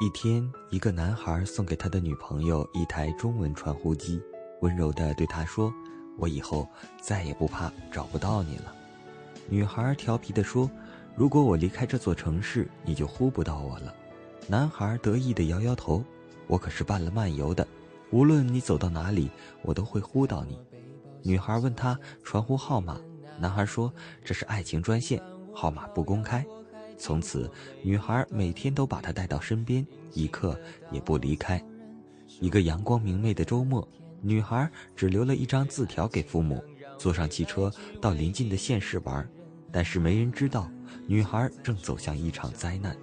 一天，一个男孩送给他的女朋友一台中文传呼机，温柔地对她说：“我以后再也不怕找不到你了。”女孩调皮地说：“如果我离开这座城市，你就呼不到我了。”男孩得意地摇摇头：“我可是办了漫游的，无论你走到哪里，我都会呼到你。”女孩问他传呼号码，男孩说：“这是爱情专线，号码不公开。”从此，女孩每天都把他带到身边，一刻也不离开。一个阳光明媚的周末，女孩只留了一张字条给父母，坐上汽车到邻近的县市玩，但是没人知道，女孩正走向一场灾难。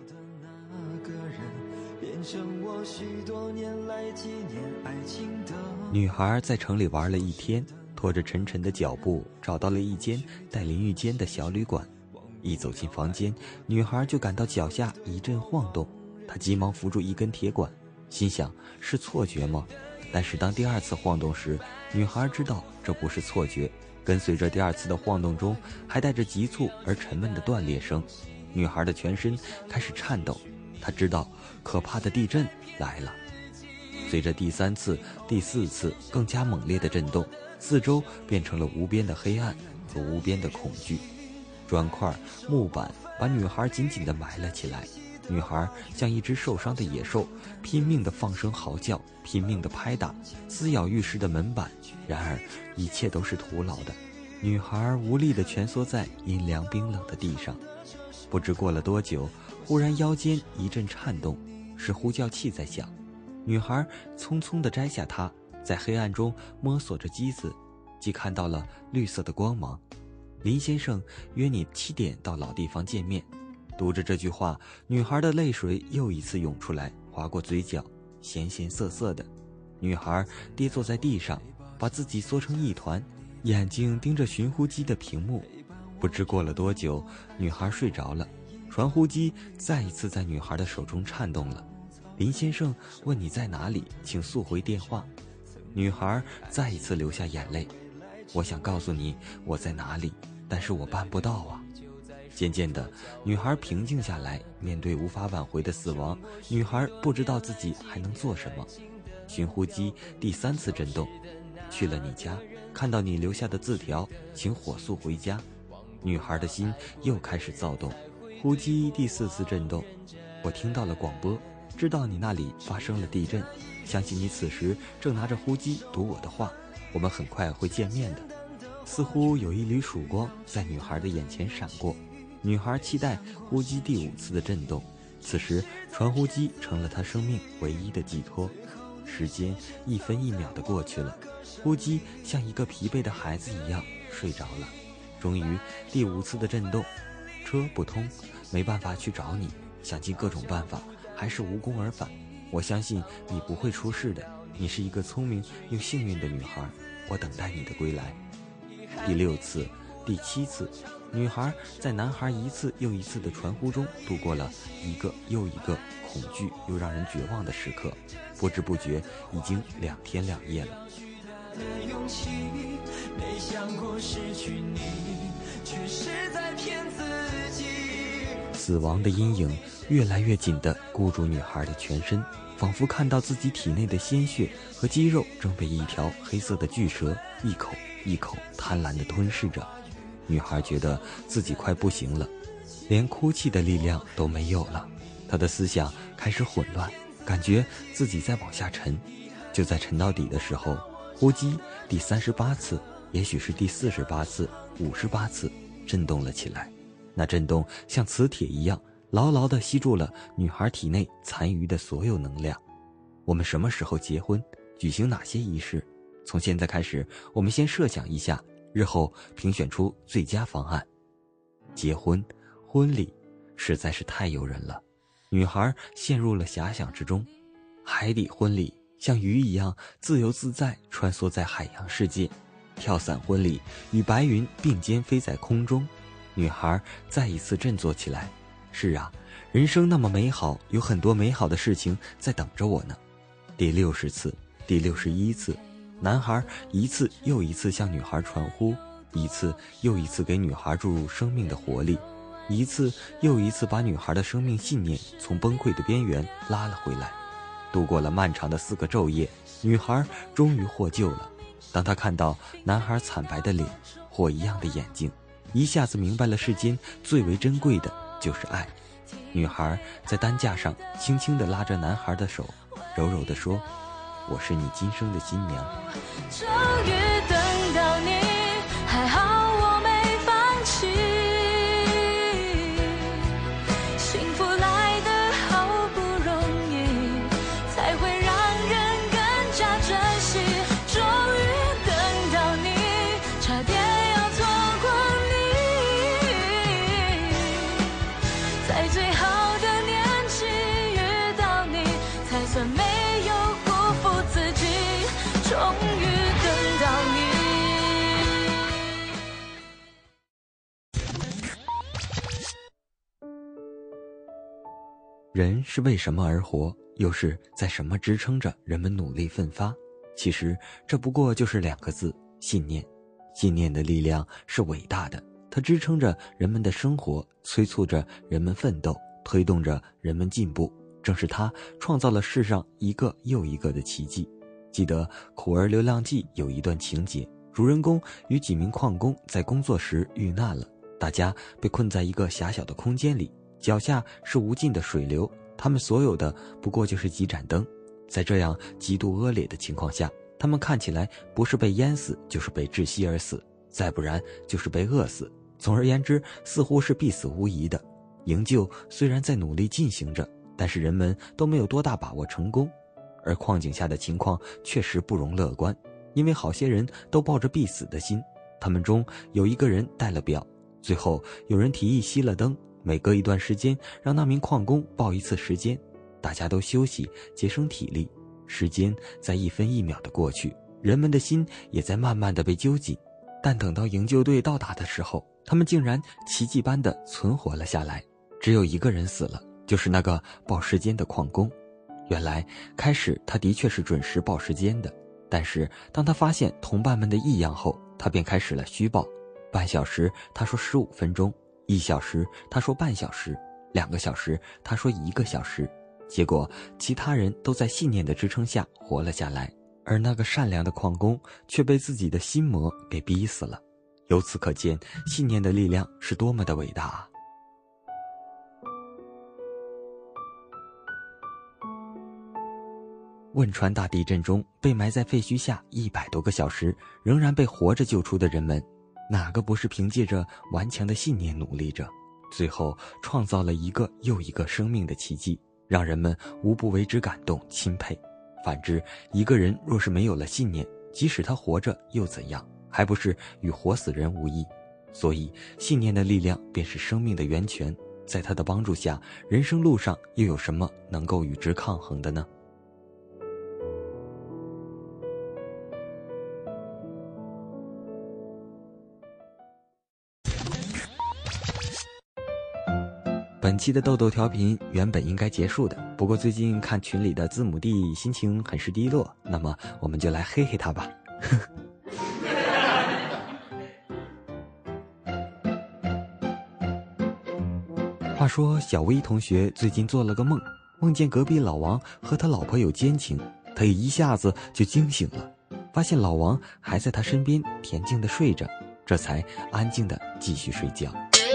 女孩在城里玩了一天，拖着沉沉的脚步找到了一间带淋浴间的小旅馆。一走进房间，女孩就感到脚下一阵晃动，她急忙扶住一根铁管，心想是错觉吗？但是当第二次晃动时，女孩知道这不是错觉，跟随着第二次的晃动中还带着急促而沉闷的断裂声，女孩的全身开始颤抖，她知道可怕的地震来了。随着第三次、第四次更加猛烈的震动，四周变成了无边的黑暗和无边的恐惧。砖块、木板把女孩紧紧地埋了起来，女孩像一只受伤的野兽，拼命地放声嚎叫，拼命地拍打，撕咬浴室的门板，然而一切都是徒劳的。女孩无力地蜷缩在阴凉冰冷的地上。不知过了多久，忽然腰间一阵颤动，是呼叫器在响。女孩匆匆地摘下它，在黑暗中摸索着机子，即看到了绿色的光芒。林先生约你7点到老地方见面。读着这句话，女孩的泪水又一次涌出来，划过嘴角，咸咸涩涩的。女孩跌坐在地上，把自己缩成一团，眼睛盯着寻呼机的屏幕。不知过了多久，女孩睡着了，传呼机再一次在女孩的手中颤动了。林先生问你在哪里，请速回电话。女孩再一次流下眼泪。我想告诉你我在哪里，但是我办不到啊。渐渐的，女孩平静下来，面对无法挽回的死亡，女孩不知道自己还能做什么。寻呼机第3次震动，去了你家，看到你留下的字条，请火速回家。女孩的心又开始躁动。呼机第4次震动，我听到了广播，知道你那里发生了地震，相信你此时正拿着呼机读我的话，我们很快会见面的。似乎有一缕曙光在女孩的眼前闪过，女孩期待呼机第5次的震动。此时传呼机成了她生命唯一的寄托。时间1分1秒地过去了，呼机像一个疲惫的孩子一样睡着了。终于第5次的震动，车不通，没办法去找你，想尽各种办法，还是无功而返。我相信你不会出事的，你是一个聪明又幸运的女孩，我等待你的归来。第6次、第7次，女孩在男孩一次又一次的传呼中度过了一个又一个恐惧又让人绝望的时刻，不知不觉已经2天2夜了。没想过失去你，却是在骗自己。死亡的阴影越来越紧地箍住女孩的全身，仿佛看到自己体内的鲜血和肌肉正被一条黑色的巨蛇一口一口贪婪地吞噬着。女孩觉得自己快不行了，连哭泣的力量都没有了。她的思想开始混乱，感觉自己在往下沉。就在沉到底的时候，呼机第38次，也许是第48次、58次震动了起来。那震动像磁铁一样牢牢地吸住了女孩体内残余的所有能量。我们什么时候结婚？举行哪些仪式？从现在开始，我们先设想一下，日后评选出最佳方案。结婚、婚礼，实在是太诱人了。女孩陷入了遐想之中。海底婚礼，像鱼一样自由自在穿梭在海洋世界。跳伞婚礼，与白云并肩飞在空中。女孩再一次振作起来。是啊，人生那么美好，有很多美好的事情在等着我呢。第60次、第61次，男孩一次又一次向女孩传呼，一次又一次给女孩注入生命的活力。 一次又一次把女孩的生命信念从崩溃的边缘拉了回来。度过了漫长的4个昼夜，女孩终于获救了。当她看到男孩惨白的脸，火一样的眼睛，一下子明白了世间最为珍贵的就是爱。女孩在担架上轻轻地拉着男孩的手，柔柔地说：“我是你今生的新娘。” 终于等到你，还好我没放弃。幸福来得好不容易，才会让人更加珍惜。终于等到你，差点要错过你，在最好的年纪遇到你，才算没有辜负自己。终于等到你。 人是为什么而活，又是在什么支撑着人们努力奋发？其实这不过就是2个字：信念。信念的力量是伟大的，它支撑着人们的生活，催促着人们奋斗，推动着人们进步。正是它创造了世上一个又一个的奇迹。记得《苦儿流浪记》有一段情节，主人公与几名矿工在工作时遇难了，大家被困在一个狭小的空间里，脚下是无尽的水流，他们所有的不过就是几盏灯。在这样极度恶劣的情况下，他们看起来不是被淹死，就是被窒息而死，再不然就是被饿死。总而言之，似乎是必死无疑的。营救虽然在努力进行着，但是人们都没有多大把握成功。而矿井下的情况确实不容乐观，因为好些人都抱着必死的心。他们中有一个人带了表，最后有人提议熄了灯，每隔一段时间让那名矿工报一次时间，大家都休息，节省体力。时间在1分1秒的过去，人们的心也在慢慢的被揪紧。但等到营救队到达的时候，他们竟然奇迹般的存活了下来。只有一个人死了，就是那个报时间的矿工。原来开始他的确是准时报时间的，但是当他发现同伴们的异样后，他便开始了虚报。半小时他说15分钟，1小时他说半小时，2个小时他说1个小时。结果其他人都在信念的支撑下活了下来，而那个善良的矿工却被自己的心魔给逼死了。由此可见，信念的力量是多么的伟大啊！汶川大地震中被埋在废墟下100多个小时，仍然被活着救出的人们，哪个不是凭借着顽强的信念努力着，最后创造了一个又一个生命的奇迹，让人们无不为之感动钦佩。反之，一个人若是没有了信念，即使他活着又怎样，还不是与活死人无异。所以信念的力量便是生命的源泉，在他的帮助下，人生路上又有什么能够与之抗衡的呢？本期的豆豆调频原本应该结束的，不过最近看群里的字母弟心情很是低落，那么我们就来黑黑他吧。话说小薇同学最近做了个梦，梦见隔壁老王和他老婆有奸情，他也一下子就惊醒了，发现老王还在他身边恬静地睡着，这才安静地继续睡觉。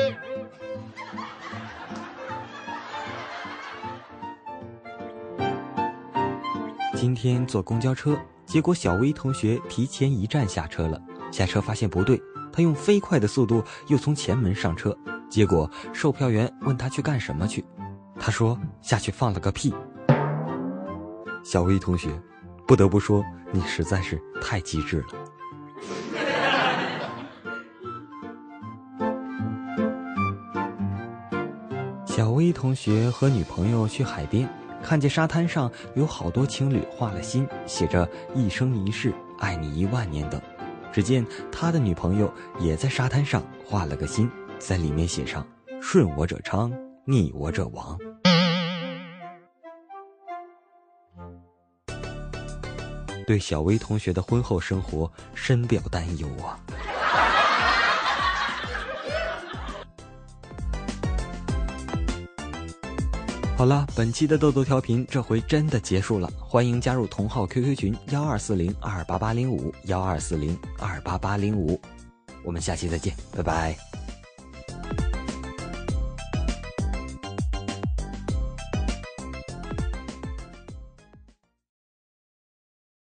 今天坐公交车，结果小薇同学提前1站下车了。下车发现不对，他用飞快的速度又从前门上车，结果售票员问他去干什么去，他说下去放了个屁。小薇同学，不得不说你实在是太机智了。小薇同学和女朋友去海边，看见沙滩上有好多情侣画了心，写着一生一世爱你10000年等。只见他的女朋友也在沙滩上画了个心，在里面写上顺我者昌，逆我者亡。对小薇同学的婚后生活深表担忧啊。 好了，本期的豆豆调频这回真的结束了，欢迎加入同号 QQ 群1240288805，1240288805，我们下期再见，拜拜。